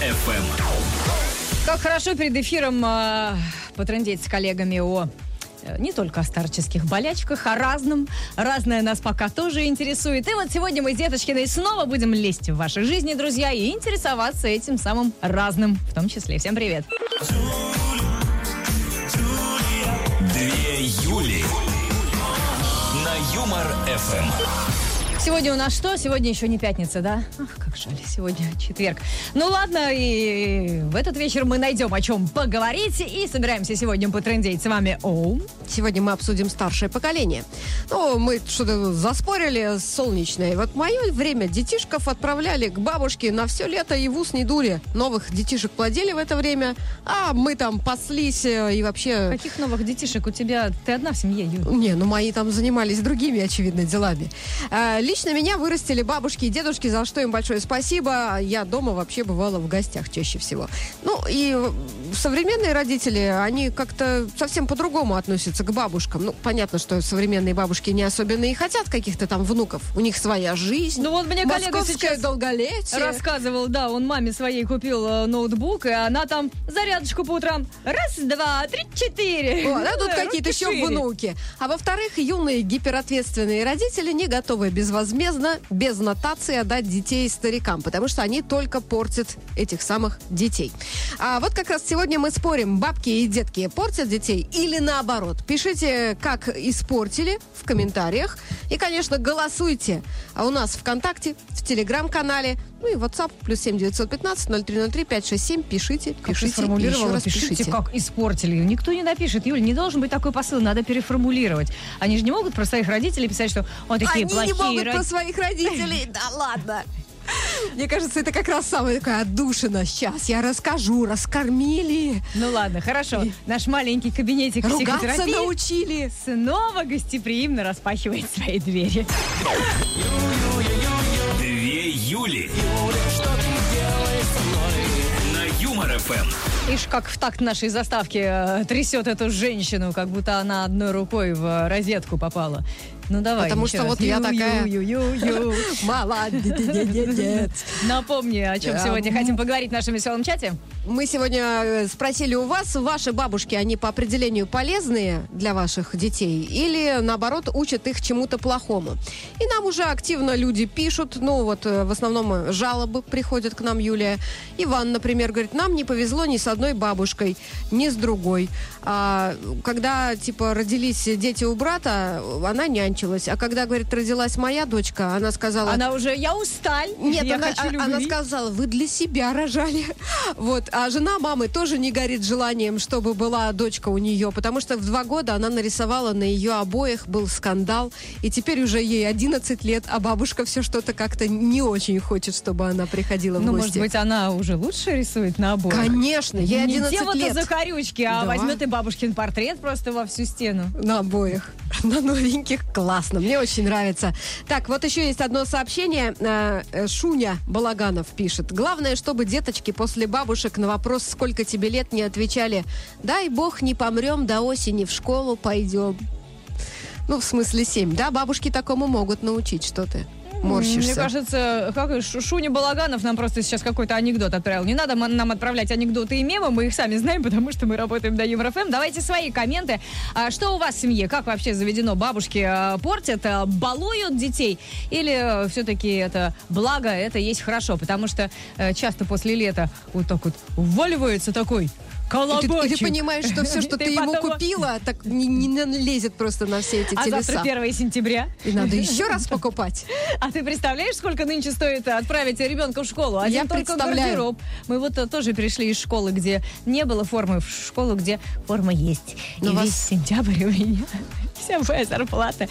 FM. Как хорошо перед эфиром потрындеть с коллегами о не только о старческих болячках, о разном. Разное нас пока тоже интересует. И вот сегодня мы с Деточкиной снова будем лезть в ваши жизни, друзья, и интересоваться этим самым разным, в том числе. Всем привет. Две Юли на Юмор FM. Сегодня у нас что? Сегодня еще не пятница, да? Ах, как жаль, сегодня четверг. Ну ладно, и в этот вечер мы найдем о чем поговорить. И собираемся сегодня потрындеть с вами. Сегодня мы обсудим старшее поколение. Ну, мы что-то заспорили с Солнечной. Вот в мое время детишков отправляли к бабушке на все лето и в ус не дури. Новых детишек плодили в это время, а мы там паслись и вообще... Каких новых детишек у тебя? Ты одна в семье, Юля? Не, ну мои там занимались другими, очевидно, делами. Лично меня вырастили бабушки и дедушки, за что им большое спасибо. Я дома вообще бывала в гостях чаще всего. Ну, и современные родители, они как-то совсем по-другому относятся к бабушкам. Ну, понятно, что современные бабушки не особенно и хотят каких-то там внуков. У них своя жизнь. Ну, вот мне коллега сейчас долголетие. Рассказывал, да, он маме своей купил ноутбук, и она там зарядочку по утрам. 1, 2, 3, 4. Вот, а тут какие-то еще внуки. А во-вторых, юные гиперответственные родители не готовы безвозмездно, без нотации отдать детей старикам, потому что они только портят этих самых детей. А вот как раз сегодня мы спорим, бабки и детки портят детей или наоборот. Пишите, как испортили в комментариях. И, конечно, голосуйте. А у нас ВКонтакте, в Телеграм-канале, ну и WhatsApp, +7 915 0303 567. Пишите, пишите, и еще раз пишите, как испортили. Никто не напишет. Юль, не должен быть такой посыл, надо переформулировать. Они же не могут про своих родителей писать, что он такие плохие. Они не могут про своих родителей. Да ладно. Мне кажется, это как раз самая такая отдушина. Сейчас я расскажу, раскормили. Ну ладно, хорошо. Наш маленький кабинетик ругаться психотерапии научили. Снова гостеприимно распахивает свои двери. Две Юли на Юмор FM. Ишь, как в такт нашей заставки трясет эту женщину, как будто она одной рукой в розетку попала. Ну давай. Потому что вот я такая молодец. Напомни, о чем сегодня хотим поговорить в нашем веселом чате. Мы сегодня спросили у вас, ваши бабушки, они по определению полезные для ваших детей или, наоборот, учат их чему-то плохому? И нам уже активно люди пишут, ну вот в основном жалобы приходят к нам, Юлия. Иван, например, говорит, нам не повезло ни с одной бабушкой, ни с другой. Когда, типа, родились дети у брата, она нянчилась. А когда, говорит, родилась моя дочка, она сказала... Она уже, я усталь. Нет, она сказала, вы для себя рожали. Вот. А жена мамы тоже не горит желанием, чтобы была дочка у нее, потому что в 2 года она нарисовала на ее обоях, был скандал, и теперь уже ей 11 лет, а бабушка все что-то как-то не очень хочет, чтобы она приходила в гости. Ну, может быть, она уже лучше рисует на обоях? Конечно, ей 11 лет. Не те лет. вот закорючки, а возьмет и бабушкин портрет просто во всю стену. На обоях. На новеньких. Классно. Мне очень нравится. Так, вот еще есть одно сообщение. Шуня Балаганов пишет. Главное, чтобы деточки после бабушек на вопрос, сколько тебе лет, не отвечали: дай бог не помрем, до осени в школу пойдем. Ну, в смысле 7. Да, бабушки такому могут научить, что ты морщишься. Мне кажется, Шуня Балаганов нам просто сейчас какой-то анекдот отправил. Не надо нам отправлять анекдоты и мемы, мы их сами знаем, потому что мы работаем на Юмор FM. Давайте свои комменты. Что у вас в семье? Как вообще заведено? Бабушки портят, балуют детей? Или все-таки это благо, это есть хорошо? Потому что часто после лета вот так вот вваливается такой колобочек. И ты понимаешь, что все, что ты ему купила, так не лезет просто на все эти телеса. А завтра 1 сентября. И надо еще раз покупать. А ты представляешь, сколько нынче стоит отправить ребенка в школу? Я только гардероб. Мы вот тоже перешли из школы, где не было формы, в школу, где форма есть. И весь сентябрь у меня вся моя зарплата.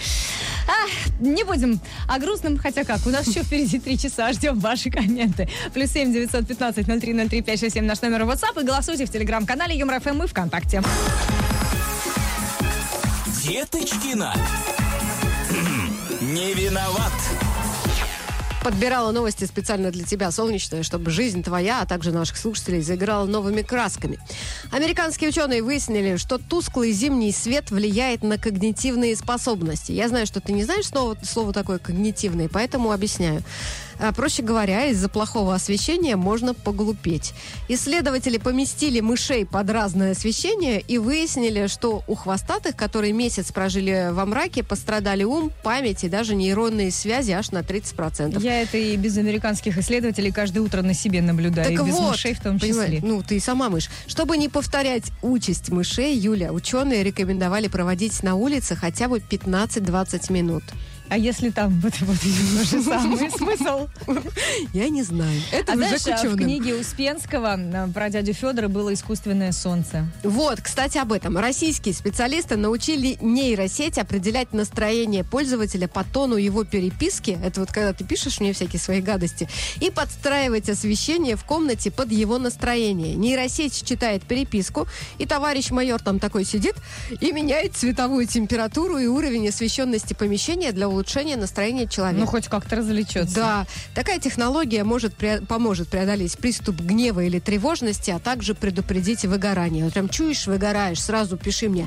Не будем о грустном, хотя как, у нас еще впереди 3 часа, ждем ваши комменты. +7 915 0303 567 наш номер в WhatsApp и голосуйте в Телеграм-канале Юмор FM и ВКонтакте. Деточкина. Не виноват. Подбирала новости специально для тебя, Солнечная, чтобы жизнь твоя, а также наших слушателей заиграла новыми красками. Американские ученые выяснили, что тусклый зимний свет влияет на когнитивные способности. Я знаю, что ты не знаешь слово такое когнитивное, поэтому объясняю. Проще говоря, из-за плохого освещения можно поглупеть. Исследователи поместили мышей под разное освещение и выяснили, что у хвостатых, которые месяц прожили во мраке, пострадали ум, память и даже нейронные связи аж на 30%. Я это и без американских исследователей каждое утро на себе наблюдаю, Так и без вот, мышей в том числе. Ну, ты сама мышь. Чтобы не повторять участь мышей, Юля, ученые рекомендовали проводить на улице хотя бы 15-20 минут. А если там вот же самый смысл? Я не знаю. Это уже знаешь, к ученым. в книге Успенского про дядю Федора было искусственное солнце. Вот, кстати, об этом. Российские специалисты научили нейросеть определять настроение пользователя по тону его переписки. Это вот когда ты пишешь мне всякие свои гадости. И подстраивать освещение в комнате под его настроение. Нейросеть читает переписку, и товарищ майор там такой сидит и меняет цветовую температуру и уровень освещенности помещения для улучшения настроения человека. Ну, хоть как-то развлечется. Да, такая технология поможет преодолеть приступ гнева или тревожности, а также предупредить выгорание. Вот прям чуешь, выгораешь, сразу пиши мне: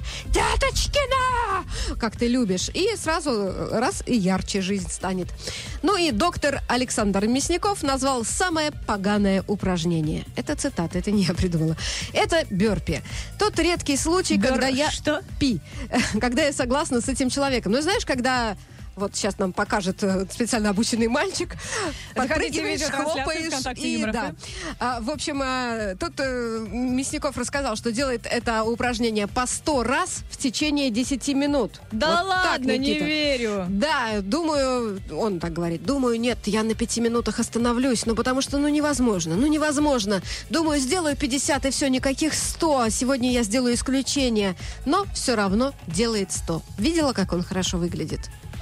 «Теточкина!» Как ты любишь. И сразу раз и ярче жизнь станет. Ну и доктор Александр Мясников назвал самое поганое упражнение. Это цитата, это не я придумала. Это бёрпи. Тот редкий случай, когда я... Что? Когда я согласна с этим человеком. Ну, знаешь, когда... Вот сейчас нам покажет специально обученный мальчик. Подпрыгиваешь, хлопаешь. И, да. В общем, тут Мясников рассказал, что делает это упражнение по 100 раз в течение 10 минут. Да вот ладно, так, не верю. Да, думаю, он так говорит, думаю, нет, я на 5 минутах остановлюсь, ну потому что, невозможно. Думаю, сделаю 50 и все, никаких 100, сегодня я сделаю исключение. Но все равно делает 100. Видела, как он хорошо выглядит?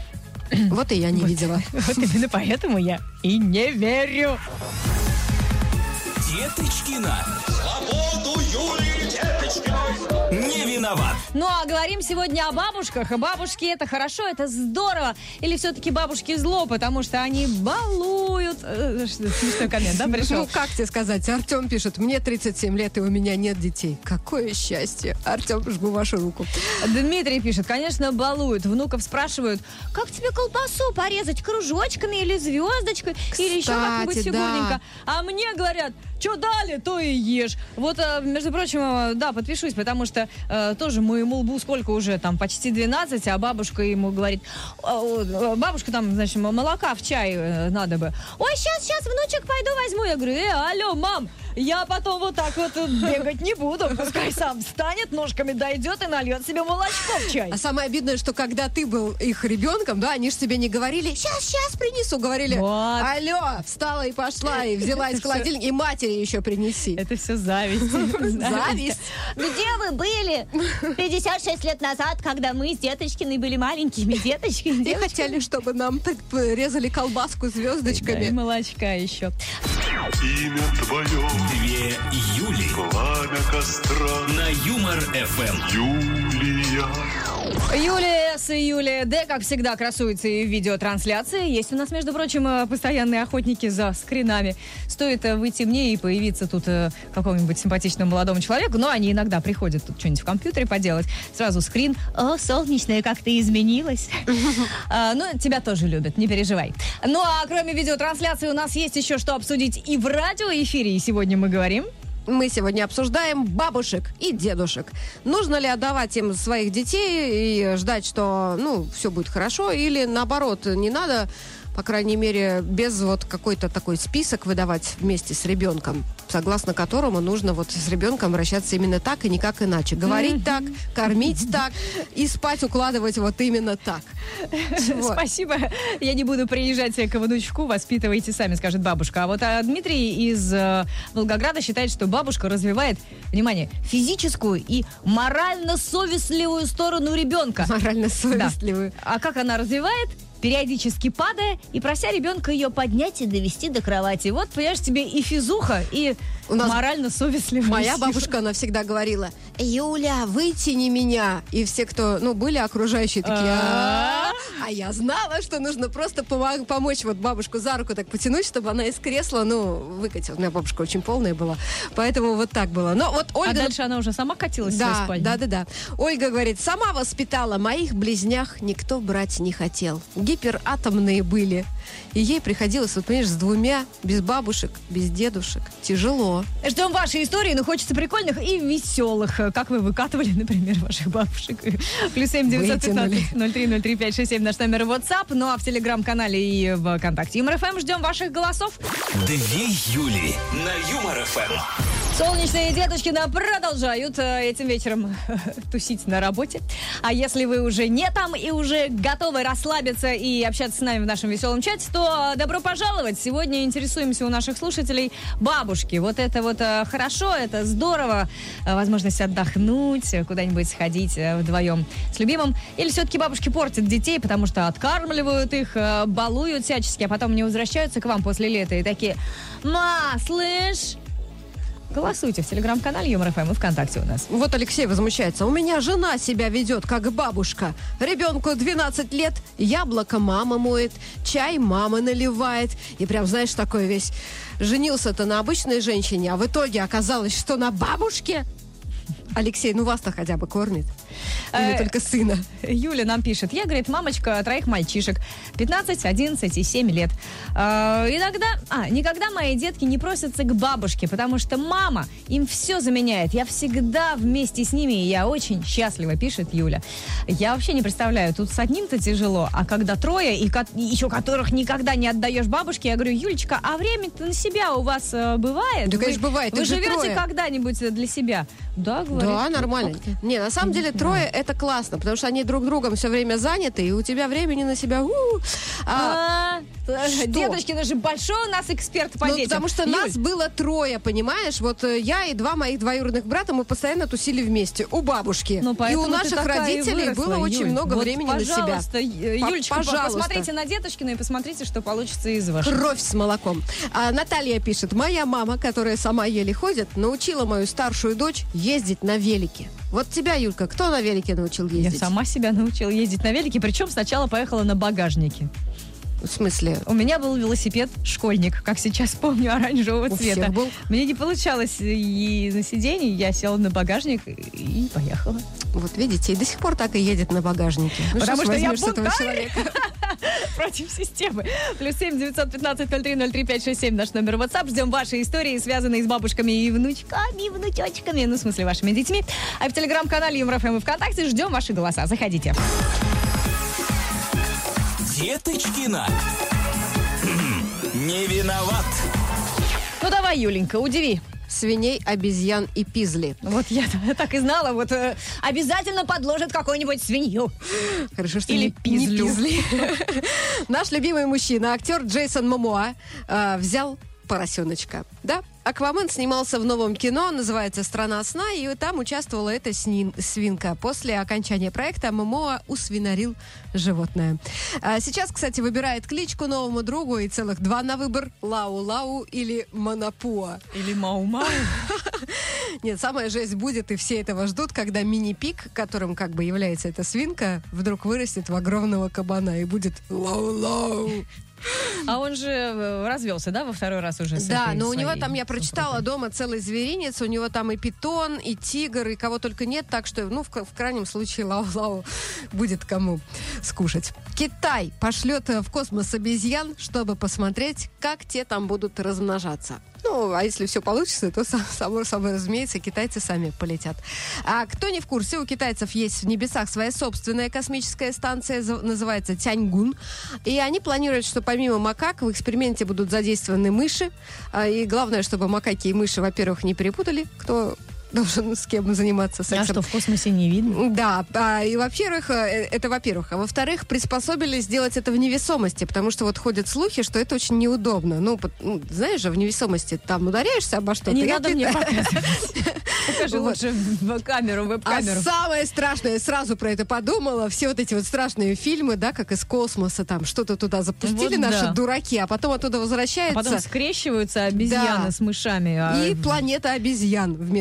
Вот и я не видела. Вот именно поэтому я и не верю. Деточкина. Свободу Юлии Деточкиной. Не виноват. Ну, а говорим сегодня о бабушках. И бабушки — это хорошо, это здорово. Или все-таки бабушки зло, потому что они балуют. Смешной коммент, да, пришел? Ну, как тебе сказать? Артем пишет: мне 37 лет, и у меня нет детей. Какое счастье. Артем, жму вашу руку. Дмитрий пишет: конечно, балуют. Внуков спрашивают: как тебе колбасу порезать, кружочками или звездочкой? Или еще как-нибудь фигурненько. А мне говорят: что дали, то и ешь. Вот, между прочим, да, подпишусь, потому что тоже моему лбу сколько уже, там, почти 12, а бабушка ему говорит: бабушка там, значит, молока в чай надо бы. Ой, сейчас, внучек, пойду возьму. Я говорю: алло, мам, я потом вот так вот бегать не буду. Пускай сам встанет, ножками дойдет и нальет себе молочко в чай. А самое обидное, что когда ты был их ребенком, да, они же тебе не говорили: сейчас принесу. Говорили: вот. Алло, встала и пошла, и взяла из холодильника, и матери еще принеси. Это все зависть. Зависть. Где вы были 56 лет назад, когда мы с Деточкиной были маленькими деточками? И хотели, чтобы нам резали колбаску звездочками. И молочка еще. Имя твое, Две Юли пламя костра, на Юмор-ФМ. Юлия. Юлия С и Юлия Д, как всегда, красуются и в видеотрансляции. Есть у нас, между прочим, постоянные охотники за скринами. Стоит выйти мне и появиться тут какому-нибудь симпатичному молодому человеку, но они иногда приходят тут что-нибудь в компьютере поделать. Сразу скрин: о, солнечная, как ты изменилась. Ну, тебя тоже любят, не переживай. Ну, а кроме видеотрансляции у нас есть еще что обсудить и в радиоэфире. И сегодня мы говорим... Мы сегодня обсуждаем бабушек и дедушек. Нужно ли отдавать им своих детей и ждать, что, все будет хорошо, или наоборот, не надо, по крайней мере, без вот какой-то такой список выдавать вместе с ребенком, согласно которому нужно вот с ребенком обращаться именно так и никак иначе. Говорить так, кормить так и спать укладывать вот именно так. Спасибо. Я не буду приезжать к внучку, воспитывайте сами, скажет бабушка. А вот Дмитрий из Волгограда считает, что бабушка развивает, внимание, физическую и морально-совестливую сторону ребенка. Морально-совестливую. Да. А как она развивает? Периодически падая и прося ребенка ее поднять и довести до кровати. Вот, понимаешь, тебе и физуха, и морально-совестливая. Моя бабушка, она всегда говорила: Юля, вытяни меня. И все, кто, были окружающие, такие: А я знала, что нужно просто помочь вот бабушку за руку так потянуть, чтобы она из кресла, выкатила. У меня бабушка очень полная была, поэтому вот так было. Но вот Ольга... А дальше она уже сама катилась в свою спальню? Да. Ольга говорит, сама воспитала, моих близнях никто брать не хотел. Гиператомные были. И ей приходилось, вот понимаешь, с 2, без бабушек, без дедушек. Тяжело. Ждем ваши истории, но хочется прикольных и веселых. Как вы выкатывали, например, ваших бабушек. +7 915 03 03 567 наш номер WhatsApp. Ну а в Телеграм-канале и в ВКонтакте Юмор ФМ ждем ваших голосов. 2 Юли на Юмор ФМ. Солнечные Дедушкина продолжают этим вечером тусить на работе. А если вы уже не там и уже готовы расслабиться и общаться с нами в нашем веселом чате, то добро пожаловать. Сегодня интересуемся у наших слушателей бабушки. Вот это вот хорошо, это здорово. Возможность отдохнуть, куда-нибудь сходить вдвоем с любимым. Или все-таки бабушки портят детей, потому что откармливают их, балуют всячески, а потом не возвращаются к вам после лета и такие: «Ма, слышь?» Голосуйте в Телеграм-канале Юмор ФМ и ВКонтакте у нас. Вот Алексей возмущается. У меня жена себя ведет как бабушка. Ребенку 12 лет, яблоко мама моет, чай мама наливает. И прям, знаешь, такой весь женился-то на обычной женщине, а в итоге оказалось, что на бабушке. Алексей, вас-то хотя бы кормит? Или только сына? Юля нам пишет. Я, говорит, мамочка 3 мальчишек. 15, 11 и 7 лет. Никогда мои детки не просятся к бабушке, потому что мама им все заменяет. Я всегда вместе с ними, и я очень счастлива, пишет Юля. Я вообще не представляю, тут с одним-то тяжело, а когда 3, и еще которых никогда не отдаешь бабушке, я говорю: Юлечка, а время-то на себя у вас бывает? Да, конечно, бывает. Вы живете когда-нибудь для себя? Да, говорит. Да, нормально. Не, на самом деле 3 это классно, потому что они друг другом все время заняты, и у тебя времени на себя. Дедушкина же большой у нас эксперт по детям. Потому что нас было 3, понимаешь? Вот я и 2 моих двоюродных брата, мы постоянно тусили вместе у бабушки. И у наших родителей было очень много времени на себя. Пожалуйста, Юлечка, посмотрите на Дедушкина и посмотрите, что получится из вашего. Кровь с молоком. Наталья пишет: моя мама, которая сама еле ходит, научила мою старшую дочь ездить на велике. Вот тебя, Юлька, кто на велике научил ездить? Я сама себя научила ездить на велике, причем сначала поехала на багажнике. В смысле? У меня был велосипед «Школьник», как сейчас помню, оранжевого цвета. Всех был? Мне не получалось и на сиденье, я села на багажник и поехала. Вот видите, и до сих пор так и едет на багажнике. Потому что я бунтарь против системы. +7 915 03 03 567 наш номер WhatsApp. Ждем ваши истории, связанные с бабушками и внучками, и внучочками. В смысле, вашими детьми. А в Телеграм-канале Юмор ФМ и ВКонтакте ждем ваши голоса. Заходите. Деточкина. Не виноват. Ну давай, Юленька, удиви. Свиней, обезьян и пизли. Вот я так и знала. Вот обязательно подложат какую-нибудь свинью. Хорошо, что или пизлю. Наш любимый мужчина, актер Джейсон Момоа, взял поросеночка. Да? Аквамен снимался в новом кино, называется «Страна сна», и там участвовала эта свинка. После окончания проекта Момоа усвинарил животное. Сейчас, кстати, выбирает кличку новому другу, и целых 2 на выбор: Лау-Лау или Манапуа. Или Мау-Мау. Нет, самая жесть будет, и все этого ждут, когда мини-пик, которым как бы является эта свинка, вдруг вырастет в огромного кабана и будет Лау-Лау. А он же развелся, да, во 2-й раз уже? Да, но у него там, я прочитала, дома целый зверинец, у него там и питон, и тигр, и кого только нет, так что, в крайнем случае, Лау-Лау будет кому скушать. Китай пошлет в космос обезьян, чтобы посмотреть, как те там будут размножаться. А если все получится, то, само собой, разумеется, китайцы сами полетят. А кто не в курсе, у китайцев есть в небесах своя собственная космическая станция, называется Тяньгун. И они планируют, что помимо макак в эксперименте будут задействованы мыши. И главное, чтобы макаки и мыши, во-первых, не перепутали, кто должен с кем заниматься сексом. А что, в космосе не видно? Да, и во-первых, это во-первых. А во-вторых, приспособили сделать это в невесомости, потому что вот ходят слухи, что это очень неудобно. Знаешь же, в невесомости там ударяешься обо что-то. Не надо мне показывать. Покажи лучше веб-камеру. А самое страшное, сразу про это подумала, все вот эти вот страшные фильмы, да, как из космоса, там что-то туда запустили наши дураки, а потом оттуда возвращаются. А потом скрещиваются обезьяны с мышами. И планета обезьян вместо Земли.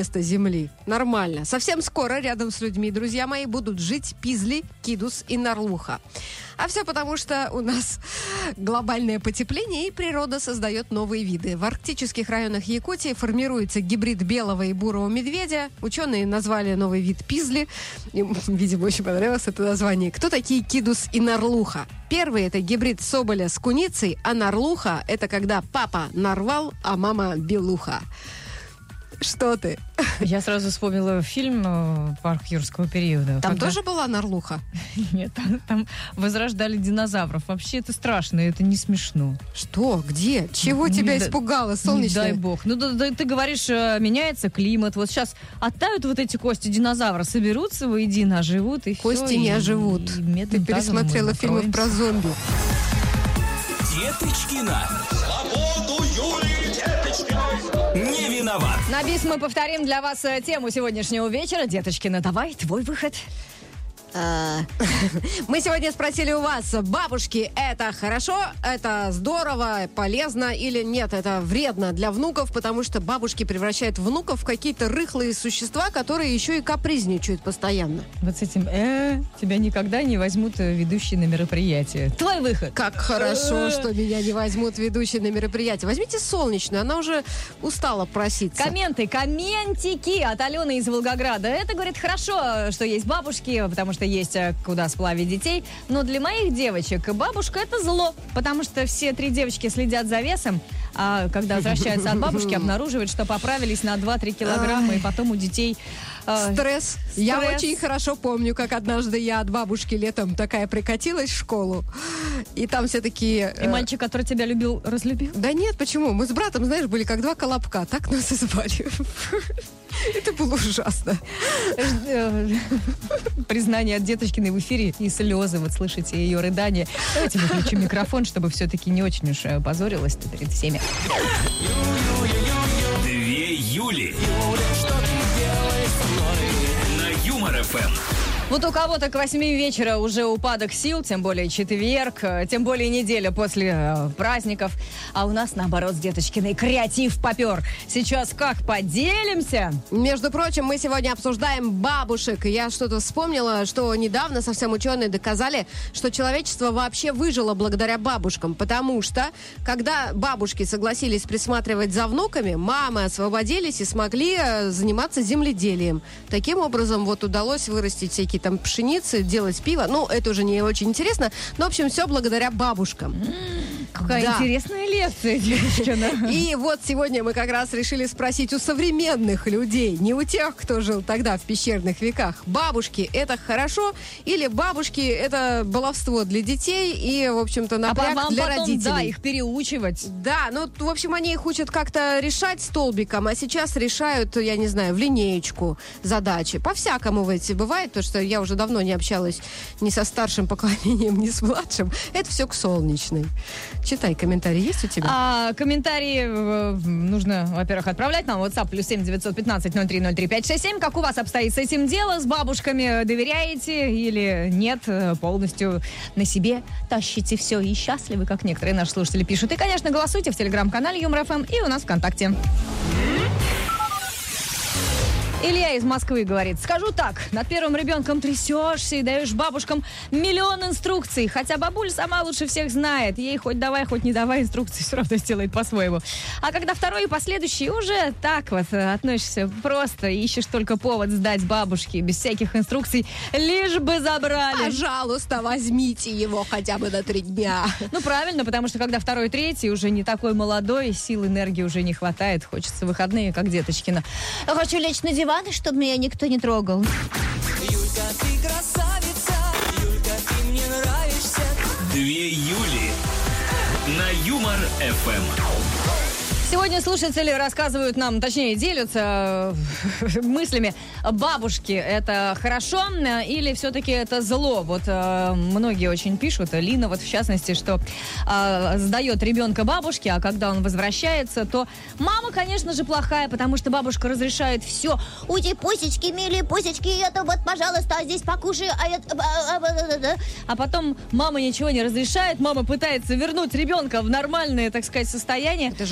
земли. Нормально. Совсем скоро рядом с людьми, друзья мои, будут жить Пизли, Кидус и Нарлуха. А все потому, что у нас глобальное потепление, и природа создает новые виды. В арктических районах Якутии формируется гибрид белого и бурого медведя. Ученые назвали новый вид Пизли. Им, видимо, очень понравилось это название. Кто такие Кидус и Нарлуха? Первый — это гибрид соболя с куницей, а Нарлуха — это когда папа нарвал, а мама белуха. Что ты? Я сразу вспомнила фильм «Парк юрского периода». Там тоже была Нарлуха? Нет, там возрождали динозавров. Вообще это страшно, это не смешно. Что? Где? Чего тебя испугало, солнечное? Не дай бог. Ну, ты говоришь, меняется климат. Вот сейчас оттают вот эти кости динозавра, соберутся воедино, оживут, и кости все. не оживут. Ты пересмотрела фильмы про зомби. Деточкина. Свободу Юлии Деточкиной. Не виноват. На бис мы повторим для вас тему сегодняшнего вечера. Деточкина, давай, твой выход. Мы сегодня спросили у вас, бабушки, это хорошо, это здорово, полезно или нет, это вредно для внуков, потому что бабушки превращают внуков в какие-то рыхлые существа, которые еще и капризничают постоянно. Вот с этим тебя никогда не возьмут ведущие на мероприятие. Твой выход. Как хорошо, что меня не возьмут ведущие на мероприятие. Возьмите солнечную, она уже устала проситься. Комментики от Алены из Волгограда. Это, говорит, хорошо, что есть бабушки, потому что есть куда сплавить детей. Но для моих девочек бабушка — это зло, потому что все 3 девочки следят за весом, а когда возвращаются от бабушки, обнаруживают, что поправились на 2-3 килограмма, и потом у детей... Стресс. Я очень хорошо помню, как однажды я от бабушки летом такая прикатилась в школу, и там все такие... И мальчик, который тебя любил, разлюбил? Да нет, почему? Мы с братом, знаешь, были как 2 колобка, так нас и звали. Это было ужасно. Признание от Деточкиной в эфире и слезы. Вот слышите ее рыдание. Давайте выключим микрофон, чтобы все-таки не очень уж позорилась перед всеми. 2 Юли. На Юмор ФМ. Вот у кого-то к 8 вечера уже упадок сил, тем более четверг, тем более неделя после праздников. А у нас, наоборот, с Деточкиной креатив попер. Сейчас как, поделимся? Между прочим, мы сегодня обсуждаем бабушек. Я что-то вспомнила, что недавно совсем ученые доказали, что человечество вообще выжило благодаря бабушкам. Потому что, когда бабушки согласились присматривать за внуками, мамы освободились и смогли заниматься земледелием. Таким образом, вот удалось вырастить всякие там пшеницы, делать пиво. Ну, это уже не очень интересно. Но, в общем, все благодаря бабушкам. Какая интересная лекция, Деточкина. И вот сегодня мы как раз решили спросить у современных людей, не у тех, кто жил тогда в пещерных веках. Бабушки — это хорошо или бабушки — это баловство для детей и, в общем-то, напряг для родителей? Да, их переучивать. Да, ну, в общем, они их учат как-то решать столбиком, а сейчас решают, я не знаю, в линеечку задачи. По-всякому ведь бывает, потому что я уже давно не общалась ни со старшим поколением, ни с младшим. Это все к солнечной. Читай, комментарии есть у тебя? Комментарии нужно, во-первых, отправлять нам в WhatsApp +7 915 0303 567. Как у вас обстоит с этим дело? С бабушками доверяете или нет? Полностью на себе тащите все и счастливы, как некоторые наши слушатели пишут. И, конечно, голосуйте в телеграм-канале Юмор ФМ и у нас ВКонтакте. Илья из Москвы говорит: скажу так, над первым ребенком трясешься и даешь бабушкам миллион инструкций, хотя бабуль сама лучше всех знает, ей хоть давай, хоть не давай инструкции, все равно сделает по-своему. А когда второй и последующий, уже так вот относишься просто, ищешь только повод сдать бабушке, без всяких инструкций, лишь бы забрали. Пожалуйста, возьмите его хотя бы на 3 дня. Ну, правильно, потому что когда второй, третий уже не такой молодой, сил, энергии уже не хватает, хочется выходные, как Деточкина. Я хочу лечь на диван, и чтобы меня никто не трогал. Юлька, ты красавица, Юлька, ты мне нравишься. 2 Юли на Юмор ФМ. Сегодня слушатели рассказывают нам, точнее, делятся мыслями. Бабушки — это хорошо или все-таки это зло? Вот многие очень пишут, Лина вот в частности, что сдает ребенка бабушке, а когда он возвращается, то мама, конечно же, плохая, потому что бабушка разрешает все. Ути, пусечки, милые пусечки, это вот, пожалуйста, здесь покушай, а это... А потом мама ничего не разрешает, мама пытается вернуть ребенка в нормальное, так сказать, состояние. Это же круто.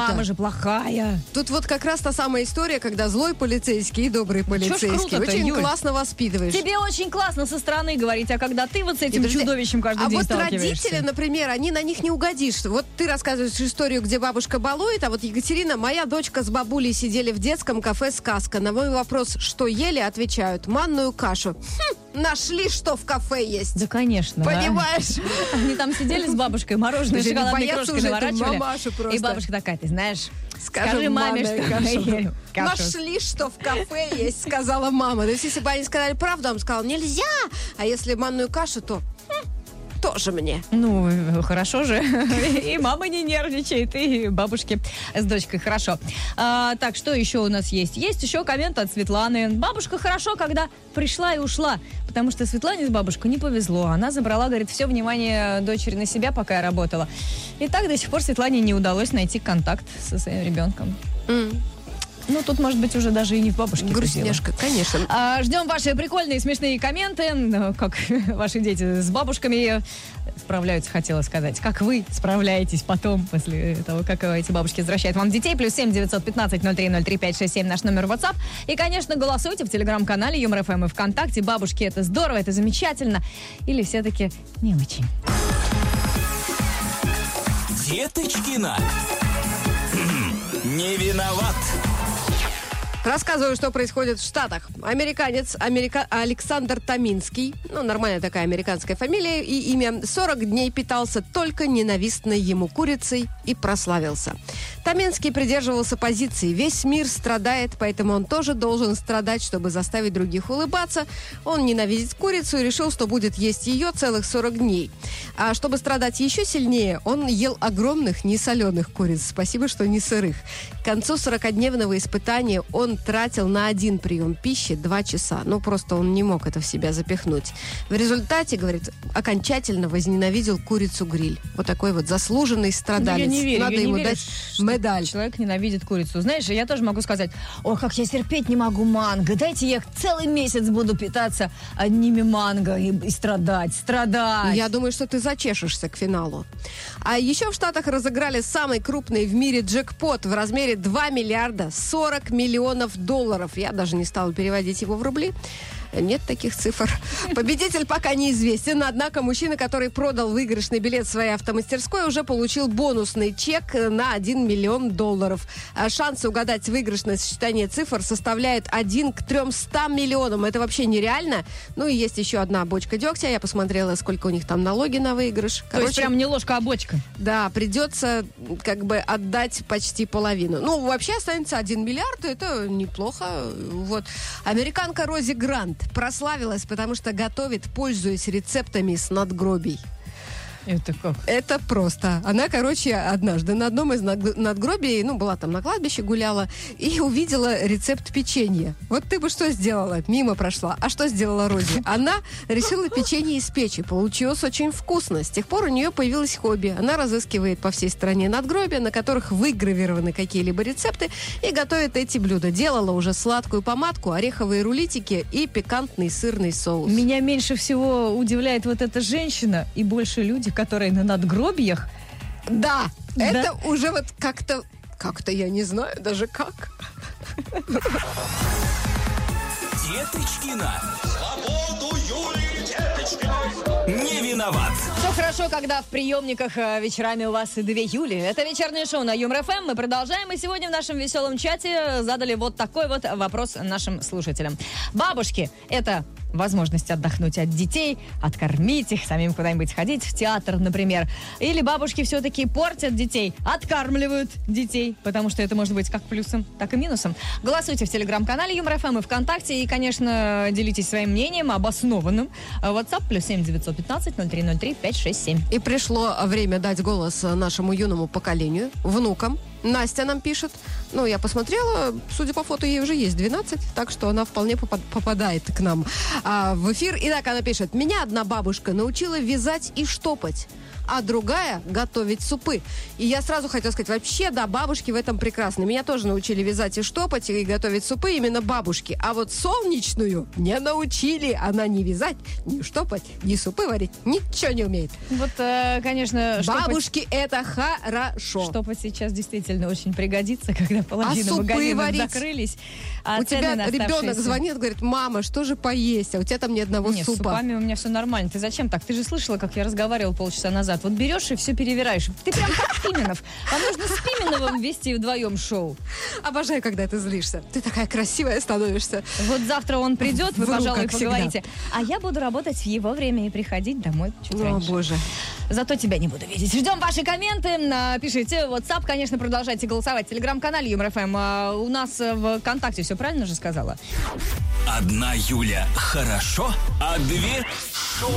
мама же плохая. Тут вот как раз та самая история, когда злой полицейский и добрый полицейский. круто-то, Очень Юль? классно воспитываешь. Тебе очень классно со стороны говорить, а когда ты вот с этим Подожди, чудовищем каждый день вот сталкиваешься. родители, например, они на них не угодишь. Вот ты рассказываешь историю, где бабушка балует, а вот Екатерина, моя дочка с бабулей сидели в детском кафе «Сказка». На мой вопрос, что ели, отвечают: манную кашу. Нашли, что в кафе есть. Да, конечно. Понимаешь? Они там сидели с бабушкой, мороженое, Даже не шоколадной боятся крошкой уже эту наворачивали. мамашу просто. И бабушка такая: ты знаешь, Скажем, скажи маме, что манная мы каша. ели кашу. Нашли, что в кафе есть, сказала мама. То есть, если бы они сказали правду, он сказал: нельзя. А если манную кашу, то тоже мне. Ну, хорошо же. И мама не нервничает, и бабушки с дочкой хорошо. Так, что еще у нас есть? Есть еще коммент от Светланы. Бабушка хорошо, когда пришла и ушла. Потому что Светлане с бабушкой не повезло. Она забрала, говорит, все внимание дочери на себя, пока я работала. И так до сих пор Светлане не удалось найти контакт со своим ребенком. Ну, тут, может быть, уже даже и не в бабушке. Грустняшка, конечно. Ждем ваши прикольные, смешные комменты. Как ваши дети с бабушками справляются, хотела сказать. Как вы справляетесь потом, после того, как эти бабушки возвращают вам детей. +7 915 03 03 567 наш номер WhatsApp. И, конечно, голосуйте в телеграм-канале Юмор ФМ и ВКонтакте. Бабушки, это здорово, это замечательно. Или все-таки не очень. Деточкина. Не виноват. Рассказываю, что происходит в Штатах. Американец Александр Таминский, ну, нормальная такая американская фамилия и имя, 40 дней питался только ненавистной ему курицей и прославился. Таминский придерживался позиции: весь мир страдает, поэтому он тоже должен страдать, чтобы заставить других улыбаться. Он ненавидит курицу и решил, что будет есть ее целых 40 дней. А чтобы страдать еще сильнее, он ел огромных несоленых куриц. Спасибо, что не сырых. К концу 40-дневного испытания он тратил на один прием пищи 2 часа. Ну, просто он не мог это в себя запихнуть. В результате, говорит, окончательно возненавидел курицу-гриль. Вот такой вот заслуженный страдалец. Я не верю, Надо я не ему верю, дать что медаль. Человек ненавидит курицу. Знаешь, я тоже могу сказать: ой, как я терпеть не могу манго. Дайте я целый месяц буду питаться одними манго и страдать. Я думаю, что ты зачешешься к финалу. А еще в Штатах разыграли самый крупный в мире джекпот в размере 2 миллиарда 40 миллионов долларов. Я даже не стала переводить его в рубли. Нет таких цифр. Победитель пока неизвестен, однако мужчина, который продал выигрышный билет в своей автомастерской, уже получил бонусный чек на 1 миллион долларов. А шансы угадать выигрышное сочетание цифр составляет 1 к 300 миллионам. Это вообще нереально. Ну и есть еще одна бочка дегтя. Я посмотрела, сколько у них там налоги на выигрыш. То есть прям не ложка, а бочка. Да, придется как бы отдать почти половину. Ну, вообще останется 1 миллиард, это неплохо. Вот. Американка Рози Грант прославилась, потому что готовит, пользуясь рецептами с надгробий. Это как? Это просто. Она, короче, однажды на одном из надгробий, ну, была там на кладбище, гуляла, и увидела рецепт печенья. Вот ты бы что сделала? Мимо прошла. А что сделала Рози? Она решила печенье испечь, и получилось очень вкусно. С тех пор у нее появилось хобби. Она разыскивает по всей стране надгробия, на которых выгравированы какие-либо рецепты, и готовит эти блюда. Делала уже сладкую помадку, ореховые рулетики и пикантный сырный соус. Меня меньше всего удивляет вот эта женщина и больше люди, которые на надгробиях. Да, это уже вот как-то я не знаю даже как. Деточкина. Свободу Юлии Деточкиной. Не виноват. Все хорошо, когда в приемниках вечерами у вас 2 Юли. Это вечернее шоу на Юмор ФМ. Мы продолжаем. И сегодня в нашем веселом чате задали вот такой вот вопрос нашим слушателям. Бабушки – это возможность отдохнуть от детей, откормить их, самим куда-нибудь ходить, в театр, например. Или бабушки все-таки портят детей, откармливают детей, потому что это может быть как плюсом, так и минусом. Голосуйте в телеграм-канале Юмор ФМ и ВКонтакте. И, конечно, делитесь своим мнением, обоснованным. WhatsApp +7 915 0303 567. И пришло время дать голос нашему юному поколению, внукам. Настя нам пишет. Ну, я посмотрела, судя по фото, ей уже есть 12, так что она вполне попадает к нам в эфир. Итак, она пишет: меня одна бабушка научила вязать и штопать, а другая готовить супы. И я сразу хотела сказать, вообще, да, бабушки в этом прекрасны. Меня тоже научили вязать и штопать, и готовить супы именно бабушки. А вот солнечную не научили. Она ни вязать, ни штопать, ни супы варить, ничего не умеет. Вот, конечно, бабушки это хорошо. Штопать сейчас действительно действительно очень пригодится, когда половина супы магазинов варить? закрылись. У тебя ребенок звонит, говорит: мама, что же поесть? А у тебя там ни одного Нет, с супа. супами у меня все нормально. Ты зачем так? Ты же слышала, как я разговаривала полчаса назад. Вот берешь и все перевираешь. Ты прям как Пименов. Вам нужно с Пименовым вести вдвоем шоу. Обожаю, когда ты злишься. Ты такая красивая становишься. Вот завтра он придет, вы, Вру, пожалуй, как всегда. поговорите. А я буду работать в его время и приходить домой чуть О, раньше. боже. Зато тебя не буду видеть. Ждем ваши комменты. Пишите. WhatsApp, конечно, продолжайте голосовать. В Телеграм-канале Юмор ФМ. У нас в ВКонтакте все правильно же сказала? Одна Юля хорошо, а две шоу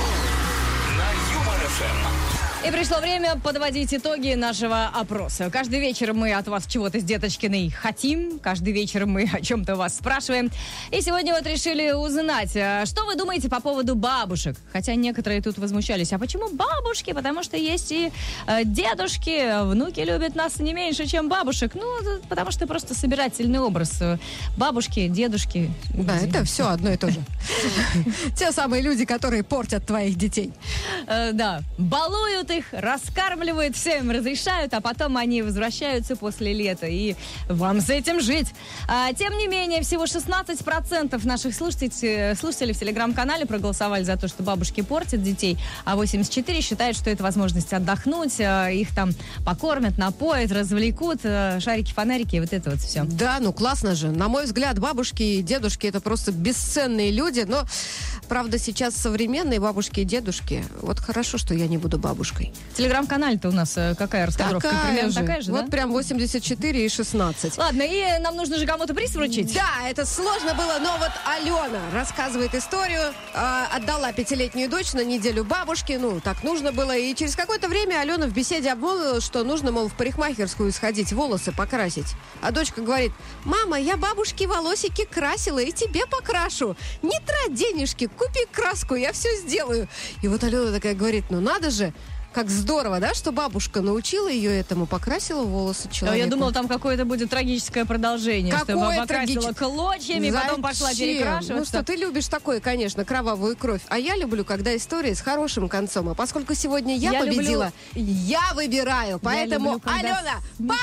на Юмор ФМ. И пришло время подводить итоги нашего опроса. Каждый вечер мы от вас чего-то с Деточкиной хотим. Каждый вечер мы о чем-то вас спрашиваем. И сегодня вот решили узнать, что вы думаете по поводу бабушек. Хотя некоторые тут возмущались. А почему бабушки? Потому что есть и дедушки. Внуки любят нас не меньше, чем бабушек. Ну, потому что просто собирательный образ. Бабушки, дедушки. Да, это все одно и то же. Те самые люди, которые портят твоих детей. Да, балуют их, раскармливают, все им разрешают, а потом они возвращаются после лета, и вам с этим жить. Тем не менее, всего 16% наших слушателей в Телеграм-канале проголосовали за то, что бабушки портят детей, а 84% считают, что это возможность отдохнуть, их там покормят, напоят, развлекут, шарики, фонарики, вот это вот все. Да, ну классно же. На мой взгляд, бабушки и дедушки — это просто бесценные люди, но, правда, сейчас современные бабушки и дедушки, вот хорошо, что я не буду бабушкой. В Телеграм-канале-то у нас какая раскадровка? Примерно такая же, вот да? прям 84 и 16. Ладно, и нам нужно же кому-то приз вручить. Да, это сложно было, но вот Алена рассказывает историю. Отдала 5-летнюю дочь на неделю бабушке. Ну, так нужно было. И через какое-то время Алена в беседе обмолвила, что нужно, мол, в парикмахерскую сходить, волосы покрасить. А дочка говорит: мама, я бабушке волосики красила и тебе покрашу. Не трать денежки, купи краску, я все сделаю. И вот Алена такая говорит: ну надо же, как здорово, да, что бабушка научила ее этому, покрасила волосы человеку. Я думала, там какое-то будет трагическое продолжение. Какое что покрасила клочьями, и потом пошла перекрашиваться. Ну что, ты любишь такое, конечно, кровавую кровь. А я люблю, когда история с хорошим концом. А поскольку сегодня я победила, я выбираю. Поэтому, люблю, Алена,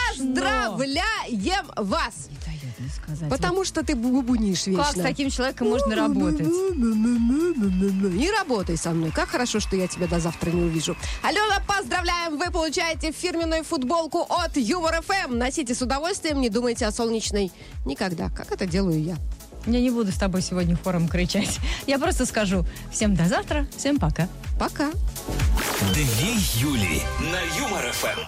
поздравляем вас! Сказать. Потому что ты бубунишь вечно. Как с таким человеком можно работать? Не работай со мной. Как хорошо, что я тебя до завтра не увижу. Алена, поздравляем! Вы получаете фирменную футболку от Юмор ФМ. Носите с удовольствием, не думайте о солнечной никогда. Как это делаю я. Я не буду с тобой сегодня хором кричать. Я просто скажу: всем до завтра, всем пока. Пока. Две Юли на Юмор ФМ.